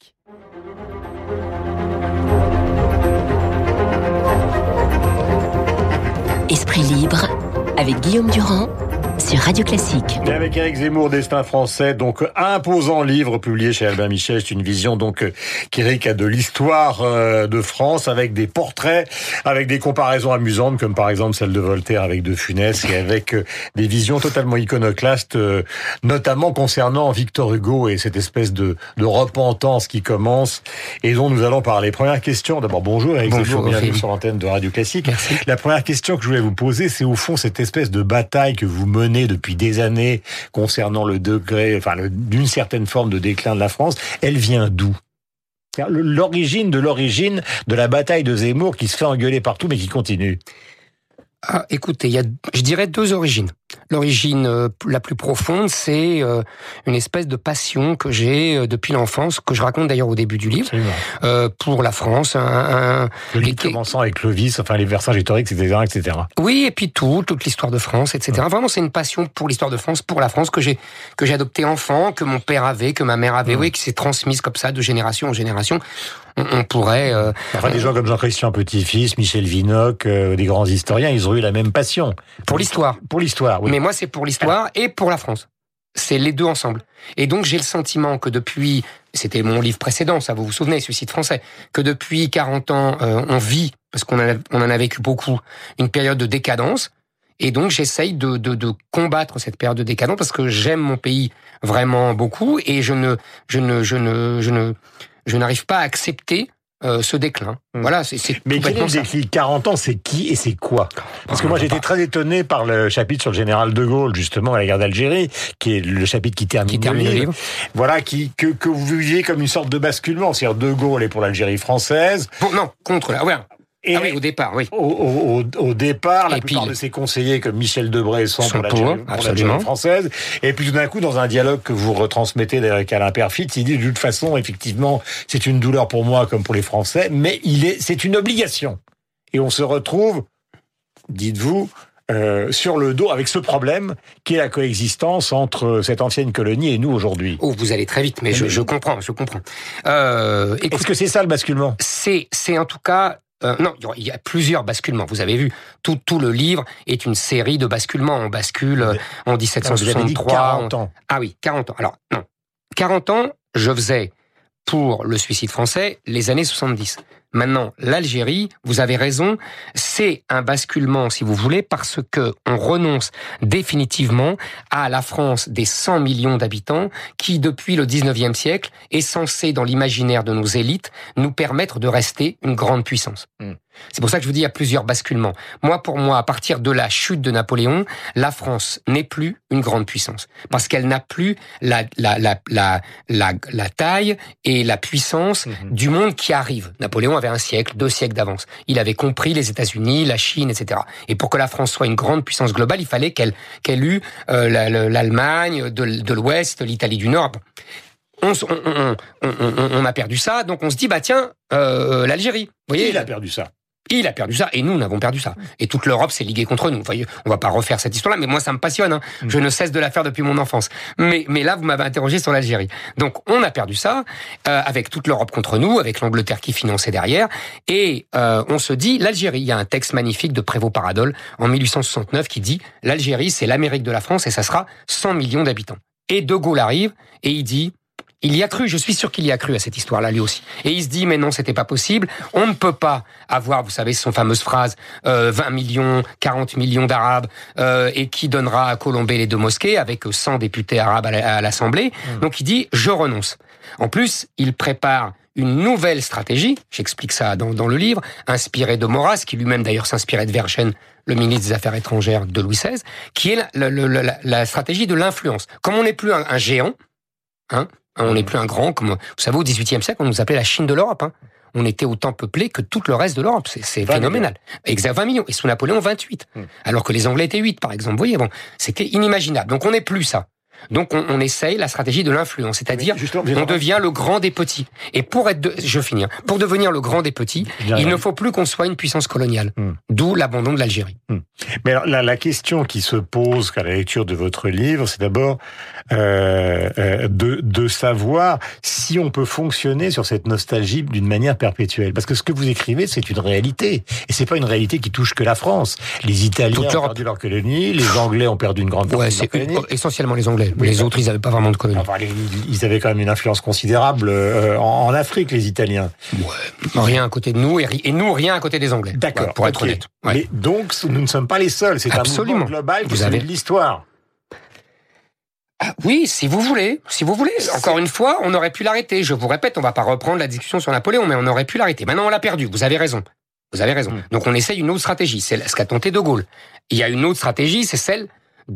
Classique. Esprit libre avec Guillaume Durand sur Radio Classique. Et avec Éric Zemmour, Destin français, donc imposant livre publié chez Albin Michel. C'est une vision donc qu'Éric a de l'histoire de France, avec des portraits, avec des comparaisons amusantes, comme par exemple celle de Voltaire avec De Funès, et avec des visions totalement iconoclastes, notamment concernant Victor Hugo et cette espèce de repentance qui commence et dont nous allons parler. Première question, d'abord bonjour Éric Zemmour, bienvenue sur l'antenne de Radio Classique. Merci. La première question que je voulais vous poser, c'est au fond cette espèce de bataille que vous menez depuis des années concernant le degré, d'une certaine forme de déclin de la France. Elle vient d'où ? L'origine de la bataille de Zemmour qui se fait engueuler partout mais qui continue. Écoutez, il y a, je dirais, deux origines. L'origine la plus profonde, c'est une espèce de passion que j'ai depuis l'enfance, que je raconte d'ailleurs au début du livre, pour la France. Le livre commençant avec Clovis, les versages historiques, etc. Oui, et puis toute l'histoire de France, etc. Vraiment, c'est une passion pour l'histoire de France, pour la France, que j'ai adoptée enfant, que mon père avait, que ma mère avait, oui, qui s'est transmise comme ça de génération en génération. On pourrait... des gens comme Jean-Christian Petit-Fils, Michel Vinocq, des grands historiens, ils ont eu la même passion. Pour l'histoire. Pour l'histoire, oui. Mais moi, c'est pour l'histoire et pour la France. C'est les deux ensemble. Et donc, j'ai le sentiment que depuis... C'était mon livre précédent, ça, vous vous souvenez, Suicide français. Que depuis 40 ans, on vit, parce qu'on en a vécu beaucoup, une période de décadence. Et donc, j'essaye de combattre cette période de décadence parce que j'aime mon pays vraiment beaucoup et je n'arrive pas à accepter ce déclin. Voilà, c'est mais quel est le déclic ? 40 ans, c'est qui et c'est quoi ? Parce que moi, j'étais très étonné par le chapitre sur le général de Gaulle, justement, à la guerre d'Algérie, qui est le chapitre qui termine le livre. Voilà, que vous viviez comme une sorte de basculement. C'est-à-dire, de Gaulle est pour l'Algérie française. Contre la... Ouais. Oui, au départ, oui. Au départ, la plupart de ses conseillers, comme Michel Debré, sont pour l'Algérie française. Et puis tout d'un coup, dans un dialogue que vous retransmettez avec Alain Perfit, il dit de toute façon, effectivement, c'est une douleur pour moi comme pour les Français, mais c'est une obligation. Et on se retrouve, dites-vous, sur le dos avec ce problème qui est la coexistence entre cette ancienne colonie et nous aujourd'hui. Oh, vous allez très vite, mais je comprends. Est-ce que c'est ça le basculement ? C'est en tout cas... non, il y a plusieurs basculements. Vous avez vu, tout le livre est une série de basculements. On bascule en 1763. Vous avez dit 40 ans. Ah oui, 40 ans. Alors, non. 40 ans, je faisais, pour le Suicide français, les années 70. Maintenant, l'Algérie, vous avez raison, c'est un basculement, si vous voulez, parce que on renonce définitivement à la France des 100 millions d'habitants qui, depuis le 19e siècle, est censé, dans l'imaginaire de nos élites, nous permettre de rester une grande puissance. C'est pour ça que je vous dis, il y a plusieurs basculements. Pour moi, à partir de la chute de Napoléon, la France n'est plus une grande puissance. Parce qu'elle n'a plus la taille et la puissance du monde qui arrive. Napoléon avait 1 siècle, 2 siècles d'avance. Il avait compris les États-Unis, la Chine, etc. Et pour que la France soit une grande puissance globale, il fallait qu'elle eût l'Allemagne de l'Ouest, l'Italie du Nord. On a perdu ça, donc on se dit, l'Algérie. Vous voyez, il a perdu ça. Il a perdu ça, et nous avons perdu ça. Et toute l'Europe s'est liguée contre nous. Vous voyez, on va pas refaire cette histoire-là, mais moi ça me passionne. Je ne cesse de la faire depuis mon enfance. Mais là, vous m'avez interrogé sur l'Algérie. Donc on a perdu ça, avec toute l'Europe contre nous, avec l'Angleterre qui finançait derrière, et on se dit, l'Algérie, il y a un texte magnifique de Prévost-Paradol, en 1869, qui dit, l'Algérie, c'est l'Amérique de la France, et ça sera 100 millions d'habitants. Et De Gaulle arrive, et il dit... Il y a cru, je suis sûr qu'il y a cru à cette histoire-là, lui aussi. Et il se dit, mais non, c'était pas possible. On ne peut pas avoir, vous savez, son fameuse phrase, 20 millions, 40 millions d'Arabes, et qui donnera à colomber les 2 mosquées, avec 100 députés arabes à l'Assemblée. Donc il dit, je renonce. En plus, il prépare une nouvelle stratégie, j'explique ça dans le livre, inspirée de Maurras, qui lui-même d'ailleurs s'inspirait de Vergennes, le ministre des Affaires étrangères de Louis XVI, qui est la stratégie de l'influence. Comme on n'est plus un géant, on n'est plus un grand, comme vous savez, au XVIIIe siècle, on nous appelait la Chine de l'Europe. On était autant peuplé que tout le reste de l'Europe. C'est phénoménal. Exact, 20 millions. Et sous Napoléon, 28. Alors que les Anglais étaient 8, par exemple. Vous voyez, c'était inimaginable. Donc on n'est plus ça. Donc on essaye la stratégie de l'influence, c'est-à-dire on devient le grand des petits. Et pour devenir le grand des petits, il ne faut plus qu'on soit une puissance coloniale. D'où l'abandon de l'Algérie. Mais alors, la question qui se pose à la lecture de votre livre, c'est d'abord de savoir si on peut fonctionner sur cette nostalgie d'une manière perpétuelle. Parce que ce que vous écrivez, c'est une réalité. Et c'est pas une réalité qui touche que la France. Les Italiens ont perdu leur colonie, les Anglais ont perdu une grande partie de leur colonie. Essentiellement les Anglais. Les autres, ils n'avaient pas vraiment de colonie. Enfin, ils avaient quand même une influence considérable en Afrique, les Italiens. Rien à côté de nous, et nous, rien à côté des Anglais. D'accord. Pour être honnête. Mais donc, nous ne sommes pas les seuls. C'est un mouvement global qui est de l'histoire. Ah, oui, si vous voulez. Encore une fois, on aurait pu l'arrêter. Je vous répète, on va pas reprendre la discussion sur Napoléon, mais on aurait pu l'arrêter. Maintenant, on l'a perdu. Vous avez raison. Donc, on essaye une autre stratégie. C'est ce qu'a tenté De Gaulle. Il y a une autre stratégie, c'est celle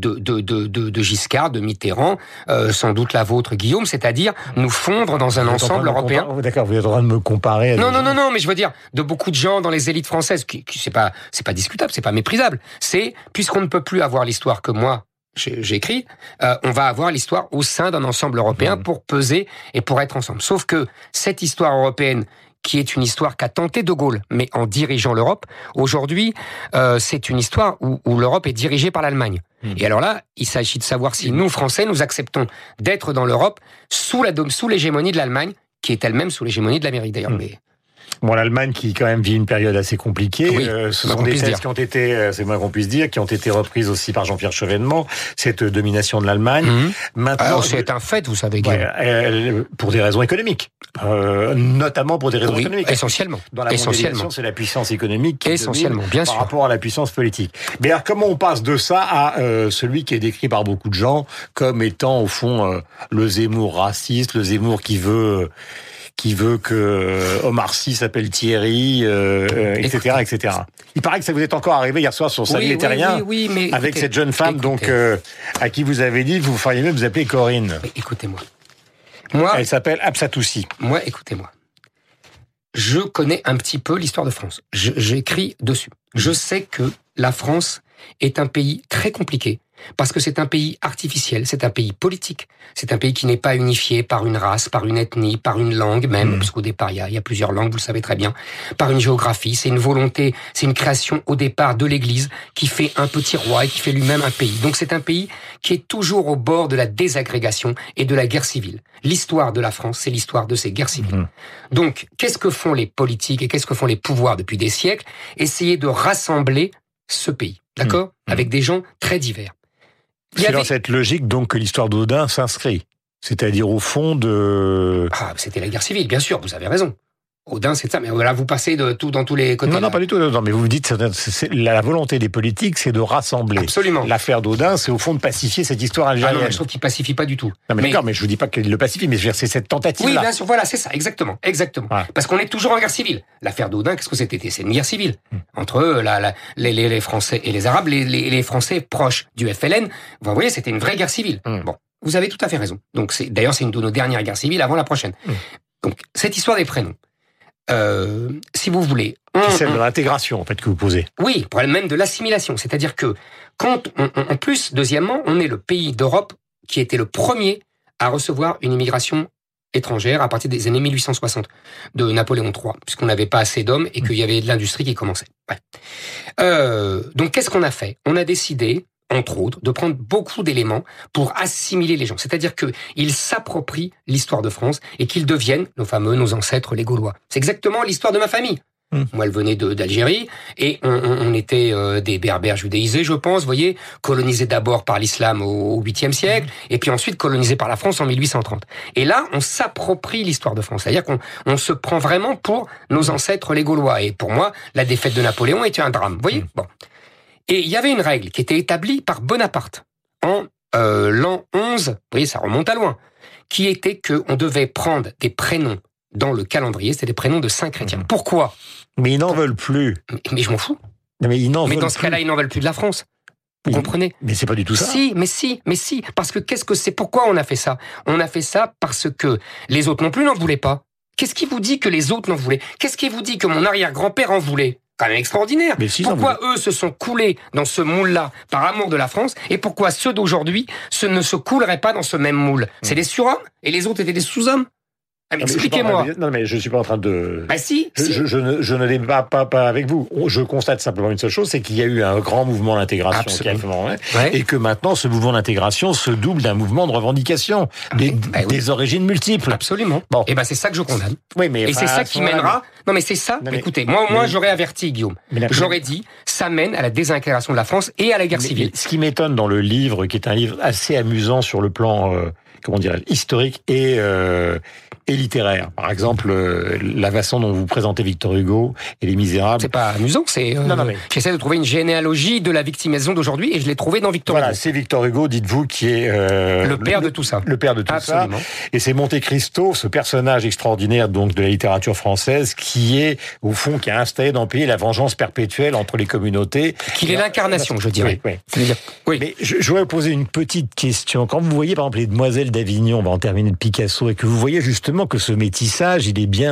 de Giscard, de Mitterrand, sans doute la vôtre, Guillaume, c'est-à-dire nous fondre dans un ensemble européen. D'accord, vous êtes en train de me comparer. Non, mais je veux dire, de beaucoup de gens dans les élites françaises, qui c'est pas discutable, c'est pas méprisable. C'est, puisqu'on ne peut plus avoir l'histoire que moi, j'ai écrit, on va avoir l'histoire au sein d'un ensemble européen pour peser et pour être ensemble. Sauf que cette histoire européenne, qui est une histoire qu'a tenté De Gaulle, mais en dirigeant l'Europe, aujourd'hui, c'est une histoire où l'Europe est dirigée par l'Allemagne. Et alors là, il s'agit de savoir si nous, Français, nous acceptons d'être dans l'Europe sous l'hégémonie de l'Allemagne, qui est elle-même sous l'hégémonie de l'Amérique, d'ailleurs. Mais Bon, l'Allemagne qui quand même vit une période assez compliquée. Oui, ce sont des thèses qui ont été, c'est moins qu'on puisse dire, qui ont été reprises aussi par Jean-Pierre Chevènement, cette domination de l'Allemagne. Maintenant, alors, c'est un fait, vous savez, pour des raisons économiques, notamment pour des raisons économiques. Essentiellement. Dans la mondialisation, c'est la puissance économique qui essentiellement, bien sûr, par rapport à la puissance politique. Mais alors, comment on passe de ça à celui qui est décrit par beaucoup de gens comme étant au fond le Zemmour raciste, le Zemmour qui veut que Omar Sy s'appelle Thierry, etc., etc. Il paraît que ça vous est encore arrivé hier soir sur Salut les Terriens, mais avec cette jeune femme donc à qui vous avez dit vous feriez mieux vous appeler Corinne. Mais écoutez-moi. Elle s'appelle Absatoussi. Moi, écoutez-moi. Je connais un petit peu l'histoire de France. J'écris dessus. Je sais que la France est un pays très compliqué. Parce que c'est un pays artificiel, c'est un pays politique, c'est un pays qui n'est pas unifié par une race, par une ethnie, par une langue même, parce qu'au départ il y a plusieurs langues, vous le savez très bien, par une géographie, c'est une volonté, c'est une création au départ de l'Église qui fait un petit roi et qui fait lui-même un pays. Donc c'est un pays qui est toujours au bord de la désagrégation et de la guerre civile. L'histoire de la France, c'est l'histoire de ces guerres civiles. Donc qu'est-ce que font les politiques et qu'est-ce que font les pouvoirs depuis des siècles? Essayer de rassembler ce pays, d'accord, avec des gens très divers. C'est dans cette logique donc que l'histoire d'Odin s'inscrit. C'est-à-dire au fond de... Ah, c'était la guerre civile, bien sûr, vous avez raison. Odin, c'est ça, mais là, vous passez de tout dans tous les côtés. Non, pas du tout. Non, mais vous me dites, la volonté des politiques, c'est de rassembler. Absolument. L'affaire d'Odin, c'est au fond de pacifier cette histoire algérienne. Ah non, mais je trouve qu'il pacifie pas du tout. Non, mais d'accord, mais je vous dis pas qu'il le pacifie, mais c'est cette tentative-là. Oui, bien sûr, voilà, c'est ça, exactement. Ouais. Parce qu'on est toujours en guerre civile. L'affaire d'Odin, qu'est-ce que c'était? C'est une guerre civile. Entre les Français et les Arabes, les Français proches du FLN. Vous voyez, c'était une vraie guerre civile. Bon, vous avez tout à fait raison. Donc, d'ailleurs, c'est une de nos dernières guerres civiles avant la prochaine. Donc, cette histoire des prénoms. Si vous voulez... C'est celle de l'intégration, en fait, que vous posez. Oui, problème même de l'assimilation. C'est-à-dire que, en plus, deuxièmement, on est le pays d'Europe qui était le premier à recevoir une immigration étrangère à partir des années 1860 de Napoléon III, puisqu'on n'avait pas assez d'hommes et qu'il y avait de l'industrie qui commençait. Ouais. Donc, qu'est-ce qu'on a fait? On a décidé, entre autres, de prendre beaucoup d'éléments pour assimiler les gens. C'est-à-dire qu'ils s'approprient l'histoire de France et qu'ils deviennent nos ancêtres, les Gaulois. C'est exactement l'histoire de ma famille. Moi, elle venait d'Algérie et on était des berbères judéisés, je pense, vous voyez, colonisés d'abord par l'islam au 8e siècle et puis ensuite colonisés par la France en 1830. Et là, on s'approprie l'histoire de France. C'est-à-dire qu'on se prend vraiment pour nos ancêtres, les Gaulois. Et pour moi, la défaite de Napoléon était un drame. Vous voyez? Bon. Et il y avait une règle qui était établie par Bonaparte en l'an 11, vous voyez, ça remonte à loin, qui était qu'on devait prendre des prénoms dans le calendrier, c'était des prénoms de saints chrétiens. Pourquoi? Mais ils n'en veulent plus. Mais je m'en fous. Mais dans ce cas-là, ils n'en veulent plus de la France. Vous comprenez? Mais c'est pas du tout ça. Si. Parce que qu'est-ce que c'est? Pourquoi on a fait ça? On a fait ça parce que les autres non plus n'en voulaient pas. Qu'est-ce qui vous dit que les autres n'en voulaient? Qu'est-ce qui vous dit que mon arrière-grand-père en voulait? quand même extraordinaire. Mais si, pourquoi eux se sont coulés dans ce moule-là par amour de la France et pourquoi ceux d'aujourd'hui ne se couleraient pas dans ce même moule? C'est des surhommes et les autres étaient des sous-hommes. Ah, mais expliquez-moi. Non, mais je suis pas en train de... Bah si. Je ne débat pas avec vous. Je constate simplement une seule chose, c'est qu'il y a eu un grand mouvement d'intégration qui a fait, et que maintenant, ce mouvement d'intégration se double d'un mouvement de revendication, des origines multiples. Absolument. Bon. Et ben c'est ça que je condamne. Oui, mais et c'est ça qui mènera... Non, mais c'est ça. Non, écoutez, moi j'aurais averti, Guillaume. J'aurais dit, ça mène à la désintégration de la France et à la guerre civile. Ce qui m'étonne dans le livre, qui est un livre assez amusant sur le plan... comment dirais-je, historique et littéraire. Par exemple, la façon dont vous présentez Victor Hugo et Les Misérables. C'est pas amusant, c'est... J'essaie de trouver une généalogie de la victimisation d'aujourd'hui et je l'ai trouvé dans Victor Hugo. Voilà, c'est Victor Hugo, dites-vous, qui est... le père de tout ça. Le père de tout Absolument. ça. Et c'est Monte Cristo, ce personnage extraordinaire donc de la littérature française, qui est, au fond, qui a installé dans le pays la vengeance perpétuelle entre les communautés. Qu'il est l'incarnation, je dirais. Oui. Mais je voudrais vous poser une petite question. Quand vous voyez, par exemple, les Demoiselles d'Avignon, on va en terminer de Picasso, et que vous voyez justement que ce métissage,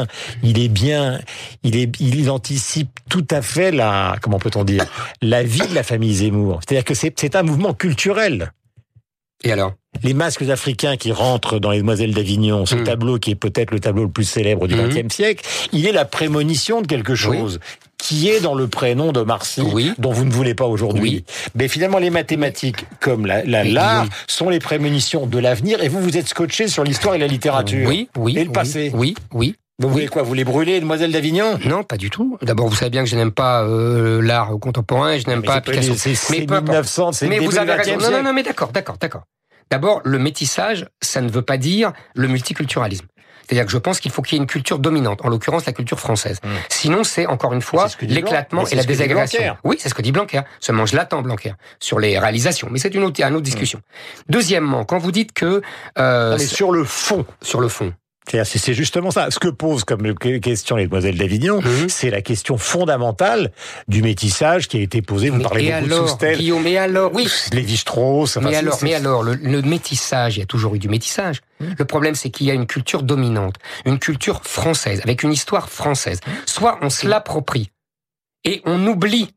il anticipe tout à fait comment peut-on dire, la vie de la famille Zemmour. C'est-à-dire que c'est un mouvement culturel. Et alors? Les masques africains qui rentrent dans les Demoiselles d'Avignon, ce tableau qui est peut-être le tableau le plus célèbre du XXe siècle, il est la prémonition de quelque chose. Qui est dans le prénom de Marcy, dont vous ne voulez pas aujourd'hui. Mais finalement, les mathématiques, comme l'art, sont les prémonitions de l'avenir, et vous êtes scotché sur l'histoire et la littérature. Et le passé. Oui. Vous voulez quoi? Vous les brûler, les Demoiselles d'Avignon? Non, pas du tout. D'abord, vous savez bien que je n'aime pas l'art contemporain, et je n'aime pas Picasso. C'est 1900, c'est le début du XXe siècle. Non, mais d'accord. D'abord, le métissage, ça ne veut pas dire le multiculturalisme. C'est-à-dire que je pense qu'il faut qu'il y ait une culture dominante, en l'occurrence la culture française. Sinon, c'est encore une fois l'éclatement et la désagrégation. Oui, c'est ce que dit Blanquer. Seulement, je l'attends, Blanquer, sur les réalisations. Mais c'est une autre discussion. Deuxièmement, quand vous dites que... mais sur le fond. Sur le fond. C'est justement ça. Ce que pose comme question les Demoiselles d'Avignon, c'est la question fondamentale du métissage qui a été posée. Vous parlez beaucoup de Soustelle. Guillaume, mais alors, Lévi-Strauss. Mais alors, le métissage, il y a toujours eu du métissage. Le problème, c'est qu'il y a une culture dominante, une culture française, avec une histoire française. Soit on se l'approprie et on oublie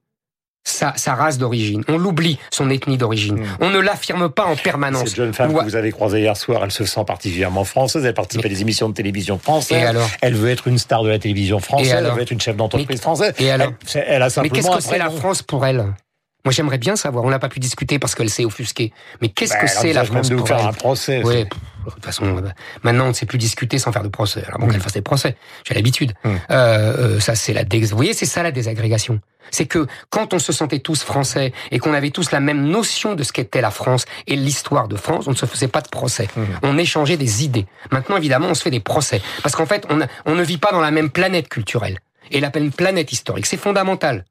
sa race d'origine, on l'oublie, son ethnie d'origine. On ne l'affirme pas en permanence. Cette jeune femme que vous avez croisée hier soir, elle se sent particulièrement française, elle participe à des émissions de télévision françaises, et alors elle veut être une star de la télévision française, elle veut être une chef d'entreprise française. Et alors elle a simplement... Mais qu'est-ce que c'est la France pour elle? Moi, j'aimerais bien savoir. On n'a pas pu discuter parce qu'elle s'est offusquée. Mais qu'est-ce que c'est la France pour elle? faire un procès. Oui. De toute façon, maintenant, on ne sait plus discuter sans faire de procès. Alors bon, qu'elle fasse des procès. J'ai l'habitude. Ça, c'est vous voyez, c'est ça la désagrégation. C'est que quand on se sentait tous français et qu'on avait tous la même notion de ce qu'était la France et l'histoire de France, on ne se faisait pas de procès. On échangeait des idées. Maintenant, évidemment, on se fait des procès. Parce qu'en fait, on ne vit pas dans la même planète culturelle. Et la même planète historique. C'est fondamental.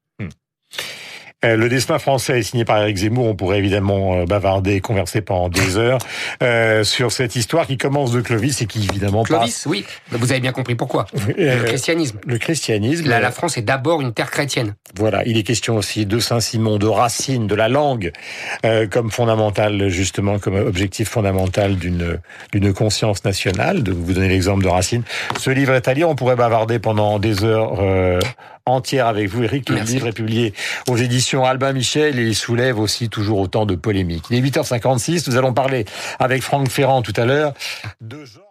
Le destin français est signé par Éric Zemmour. On pourrait évidemment bavarder et converser pendant des heures sur cette histoire qui commence de Clovis et qui évidemment Clovis, oui. Vous avez bien compris pourquoi. Le christianisme. Le christianisme. La France est d'abord une terre chrétienne. Voilà. Il est question aussi de Saint-Simon, de Racine, de la langue comme fondamentale, justement, comme objectif fondamental d'une conscience nationale. De vous donner l'exemple de Racine. Ce livre est à lire. On pourrait bavarder pendant des heures entière avec vous, Éric. Le livre est publié aux éditions Albin Michel et il soulève aussi toujours autant de polémiques. Il est 8h56. Nous allons parler avec Franck Ferrand tout à l'heure de genre.